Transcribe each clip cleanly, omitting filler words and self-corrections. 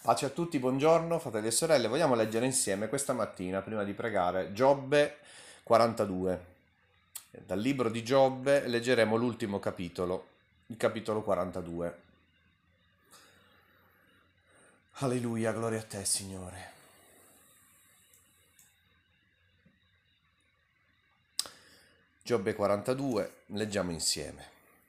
Pace a tutti, buongiorno fratelli e sorelle. Vogliamo leggere insieme questa mattina, prima di pregare, Giobbe 42. Dal libro di Giobbe leggeremo l'ultimo capitolo, il capitolo 42. Alleluia, gloria a te, Signore. Giobbe 42, leggiamo insieme.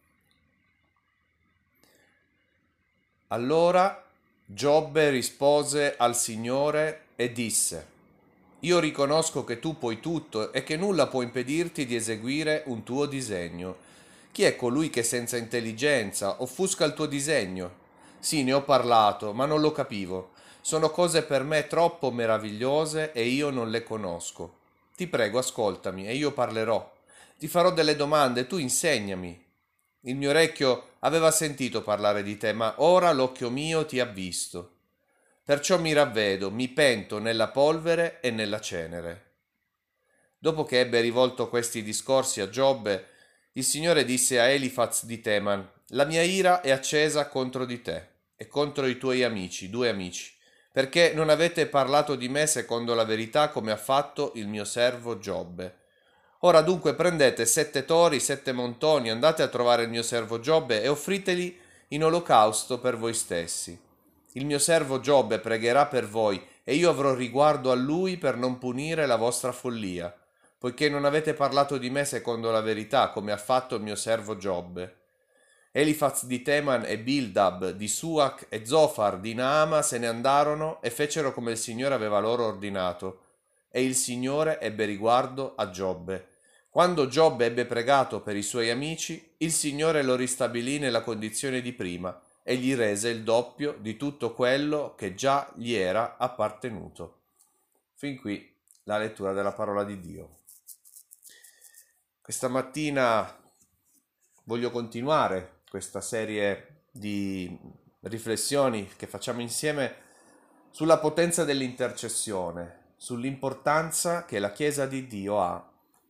Allora Giobbe rispose al Signore e disse: Io riconosco che tu puoi tutto e che nulla può impedirti di eseguire un tuo disegno. Chi è colui che senza intelligenza offusca il tuo disegno? Sì, ne ho parlato, ma non lo capivo. Sono cose per me troppo meravigliose e io non le conosco. Ti prego, ascoltami e io parlerò. Ti farò delle domande, tu insegnami. Il mio orecchio aveva sentito parlare di te, ma ora l'occhio mio ti ha visto. Perciò mi ravvedo, mi pento nella polvere e nella cenere. Dopo che ebbe rivolto questi discorsi a Giobbe, il Signore disse a Elifaz di Teman: La mia ira è accesa contro di te e contro i tuoi amici, due amici, perché non avete parlato di me secondo la verità come ha fatto il mio servo Giobbe. Ora dunque prendete 7 tori, 7 montoni, andate a trovare il mio servo Giobbe e offriteli in olocausto per voi stessi. Il mio servo Giobbe pregherà per voi e io avrò riguardo a lui per non punire la vostra follia, poiché non avete parlato di me secondo la verità, come ha fatto il mio servo Giobbe. Elifaz di Teman e Bildab di Suach e Zofar di Naama se ne andarono e fecero come il Signore aveva loro ordinato, e il Signore ebbe riguardo a Giobbe. Quando Giobbe ebbe pregato per i suoi amici, il Signore lo ristabilì nella condizione di prima e gli rese il doppio di tutto quello che già gli era appartenuto. Fin qui la lettura della parola di Dio. Questa mattina voglio continuare questa serie di riflessioni che facciamo insieme sulla potenza dell'intercessione, sull'importanza che la Chiesa di Dio ha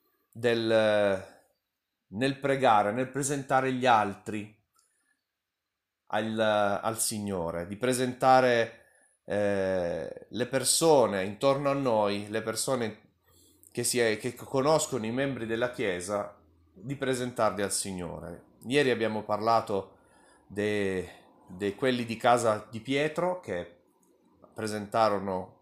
nel pregare, nel presentare gli altri al Signore, di presentare le persone intorno a noi, le persone che conoscono i membri della Chiesa, di presentarli al Signore. Ieri abbiamo parlato di quelli di casa di Pietro che presentarono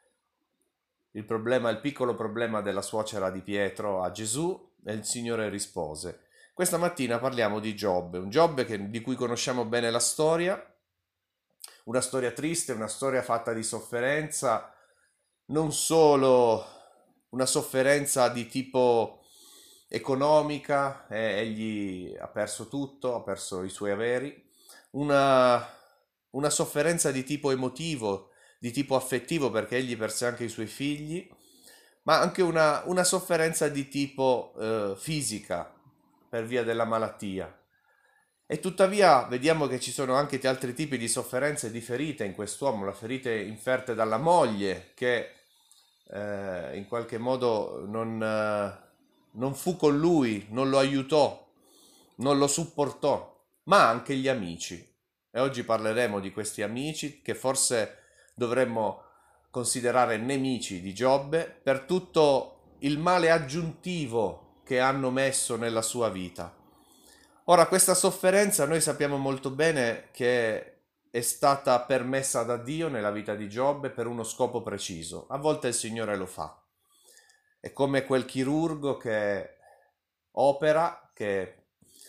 il piccolo problema della suocera di Pietro a Gesù e il Signore rispose. Questa mattina parliamo di Giobbe, un Giobbe di cui conosciamo bene la storia, una storia triste, una storia fatta di sofferenza, non solo una sofferenza di tipo economica, egli ha perso tutto, ha perso i suoi averi, una, una sofferenza di tipo emotivo, di tipo affettivo perché egli perse anche i suoi figli, ma anche una sofferenza di tipo fisica per via della malattia. E tuttavia vediamo che ci sono anche altri tipi di sofferenze e di ferite in quest'uomo, le ferite inferte dalla moglie che in qualche modo non fu con lui, non lo aiutò, non lo supportò, ma anche gli amici. E oggi parleremo di questi amici che forse dovremmo considerare nemici di Giobbe per tutto il male aggiuntivo che hanno messo nella sua vita. Ora, questa sofferenza noi sappiamo molto bene che è stata permessa da Dio nella vita di Giobbe per uno scopo preciso. A volte il Signore lo fa. È come quel chirurgo che opera, che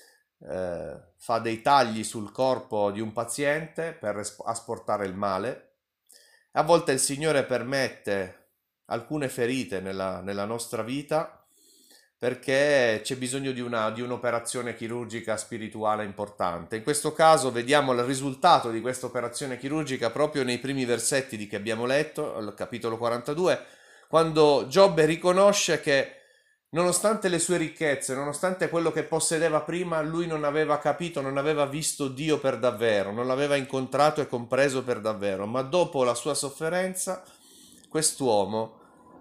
fa dei tagli sul corpo di un paziente per asportare il male. A volte il Signore permette alcune ferite nella nostra vita perché c'è bisogno di un'operazione chirurgica spirituale importante. In questo caso vediamo il risultato di questa operazione chirurgica proprio nei primi versetti di che abbiamo letto, al capitolo 42, quando Giobbe riconosce che nonostante le sue ricchezze, nonostante quello che possedeva prima, lui non aveva capito, non aveva visto Dio per davvero, non l'aveva incontrato e compreso per davvero, ma dopo la sua sofferenza, quest'uomo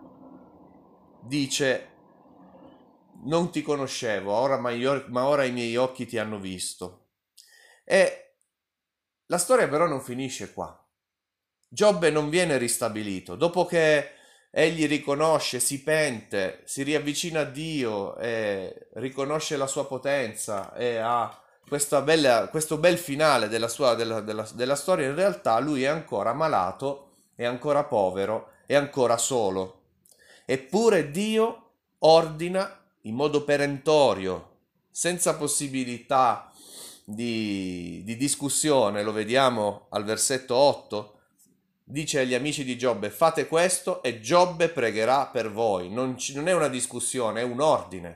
dice: Non ti conoscevo, ma ora i miei occhi ti hanno visto. E la storia però non finisce qua. Giobbe non viene ristabilito. Dopo che egli riconosce, si pente, si riavvicina a Dio e riconosce la sua potenza e ha questo bel finale della storia, in realtà lui è ancora malato, è ancora povero, è ancora solo. Eppure Dio ordina in modo perentorio, senza possibilità di discussione, lo vediamo al versetto 8, dice agli amici di Giobbe: fate questo e Giobbe pregherà per voi. Non è una discussione, è un ordine.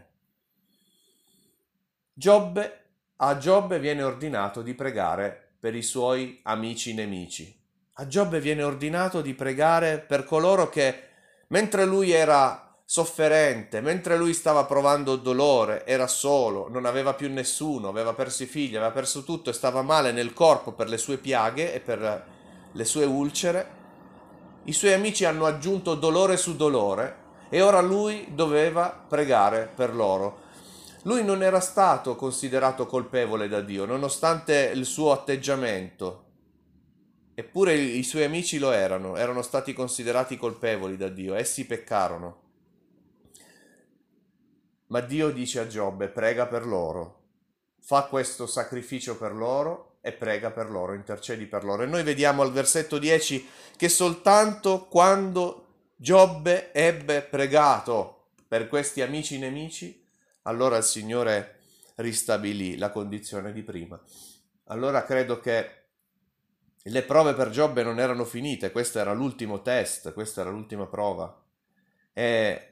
A Giobbe viene ordinato di pregare per i suoi amici nemici. A Giobbe viene ordinato di pregare per coloro che, mentre lui era sofferente, mentre lui stava provando dolore, era solo, non aveva più nessuno, aveva perso i figli, aveva perso tutto e stava male nel corpo per le sue piaghe e per le sue ulcere, i suoi amici hanno aggiunto dolore su dolore e ora lui doveva pregare per loro. Lui non era stato considerato colpevole da Dio, nonostante il suo atteggiamento. Eppure i suoi amici lo erano stati considerati colpevoli da Dio, essi peccarono. Ma Dio dice a Giobbe: prega per loro, fa questo sacrificio per loro e prega per loro, intercedi per loro. E noi vediamo al versetto 10 che soltanto quando Giobbe ebbe pregato per questi amici nemici, allora il Signore ristabilì la condizione di prima. Allora credo che le prove per Giobbe non erano finite, questo era l'ultimo test, questa era l'ultima prova. E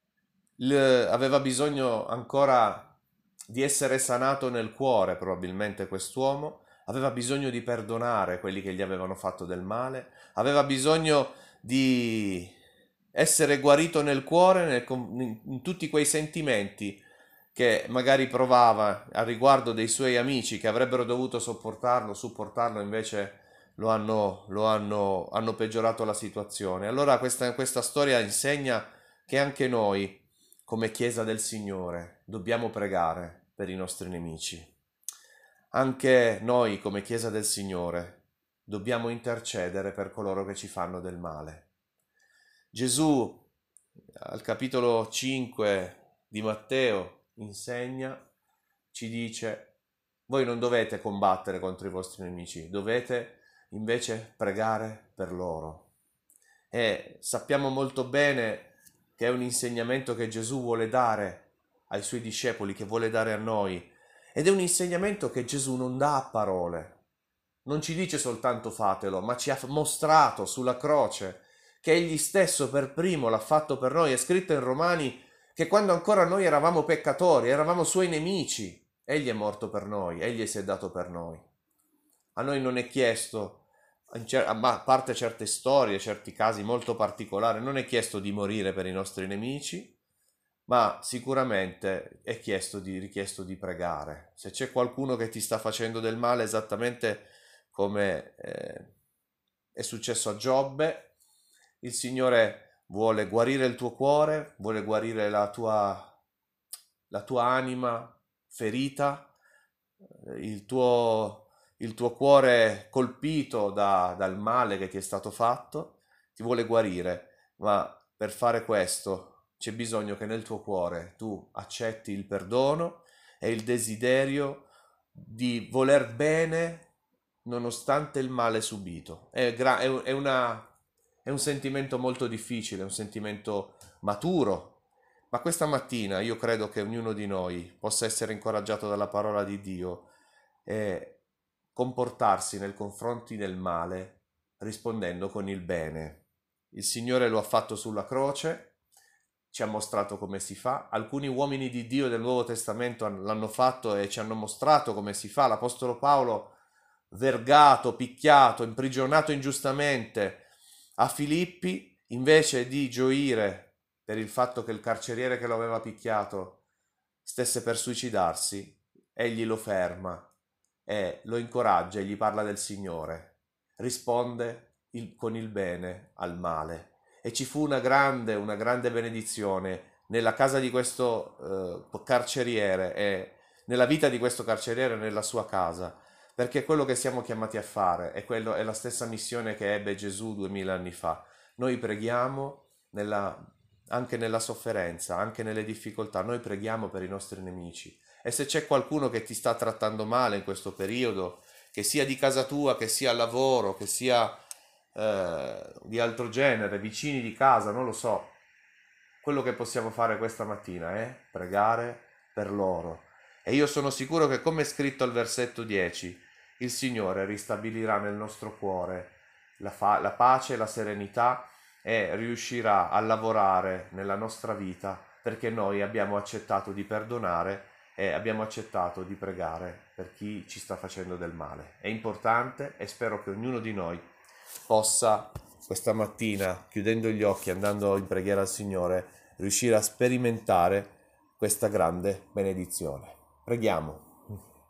aveva bisogno ancora di essere sanato nel cuore, probabilmente quest'uomo, aveva bisogno di perdonare quelli che gli avevano fatto del male, aveva bisogno di essere guarito nel cuore, in tutti quei sentimenti che magari provava a riguardo dei suoi amici che avrebbero dovuto supportarlo, invece hanno peggiorato la situazione. Allora questa storia insegna che anche noi, come Chiesa del Signore, dobbiamo pregare per i nostri nemici. Anche noi, come Chiesa del Signore, dobbiamo intercedere per coloro che ci fanno del male. Gesù, al capitolo 5 di Matteo, insegna, ci dice: voi non dovete combattere contro i vostri nemici, dovete invece pregare per loro. E sappiamo molto bene che è un insegnamento che Gesù vuole dare ai suoi discepoli, che vuole dare a noi, ed è un insegnamento che Gesù non dà a parole, non ci dice soltanto fatelo, ma ci ha mostrato sulla croce che egli stesso per primo l'ha fatto per noi. È scritto in Romani che quando ancora noi eravamo peccatori, eravamo suoi nemici, egli è morto per noi, egli si è dato per noi. A noi non è chiesto, a parte certe storie, certi casi molto particolari, non è chiesto di morire per i nostri nemici, ma sicuramente è richiesto di pregare. Se c'è qualcuno che ti sta facendo del male, esattamente come è successo a Giobbe, il Signore vuole guarire il tuo cuore, vuole guarire la tua anima ferita, il tuo cuore colpito dal male che ti è stato fatto, ti vuole guarire, ma per fare questo c'è bisogno che nel tuo cuore tu accetti il perdono e il desiderio di voler bene nonostante il male subito. È un sentimento molto difficile, è un sentimento maturo, ma questa mattina io credo che ognuno di noi possa essere incoraggiato dalla parola di Dio e comportarsi nei confronti del male rispondendo con il bene. Il Signore lo ha fatto sulla croce, ci ha mostrato come si fa. Alcuni uomini di Dio del Nuovo Testamento l'hanno fatto e ci hanno mostrato come si fa. L'Apostolo Paolo, vergato, picchiato, imprigionato ingiustamente a Filippi, invece di gioire per il fatto che il carceriere che lo aveva picchiato stesse per suicidarsi, egli lo ferma e lo incoraggia e gli parla del Signore. Risponde con il bene al male. E ci fu una grande benedizione nella casa di questo carceriere e nella vita di questo carceriere e nella sua casa, perché quello che siamo chiamati a fare è la stessa missione che ebbe Gesù 2000 anni fa. Noi preghiamo anche nella sofferenza, anche nelle difficoltà, noi preghiamo per i nostri nemici. E se c'è qualcuno che ti sta trattando male in questo periodo, che sia di casa tua, che sia al lavoro, che sia di altro genere, vicini di casa, non lo so, quello che possiamo fare questa mattina è pregare per loro. E io sono sicuro che, come è scritto al versetto 10, il Signore ristabilirà nel nostro cuore la pace e la serenità e riuscirà a lavorare nella nostra vita perché noi abbiamo accettato di perdonare e abbiamo accettato di pregare per chi ci sta facendo del male. È importante e spero che ognuno di noi possa questa mattina, chiudendo gli occhi, andando in preghiera al Signore, riuscire a sperimentare questa grande benedizione. Preghiamo.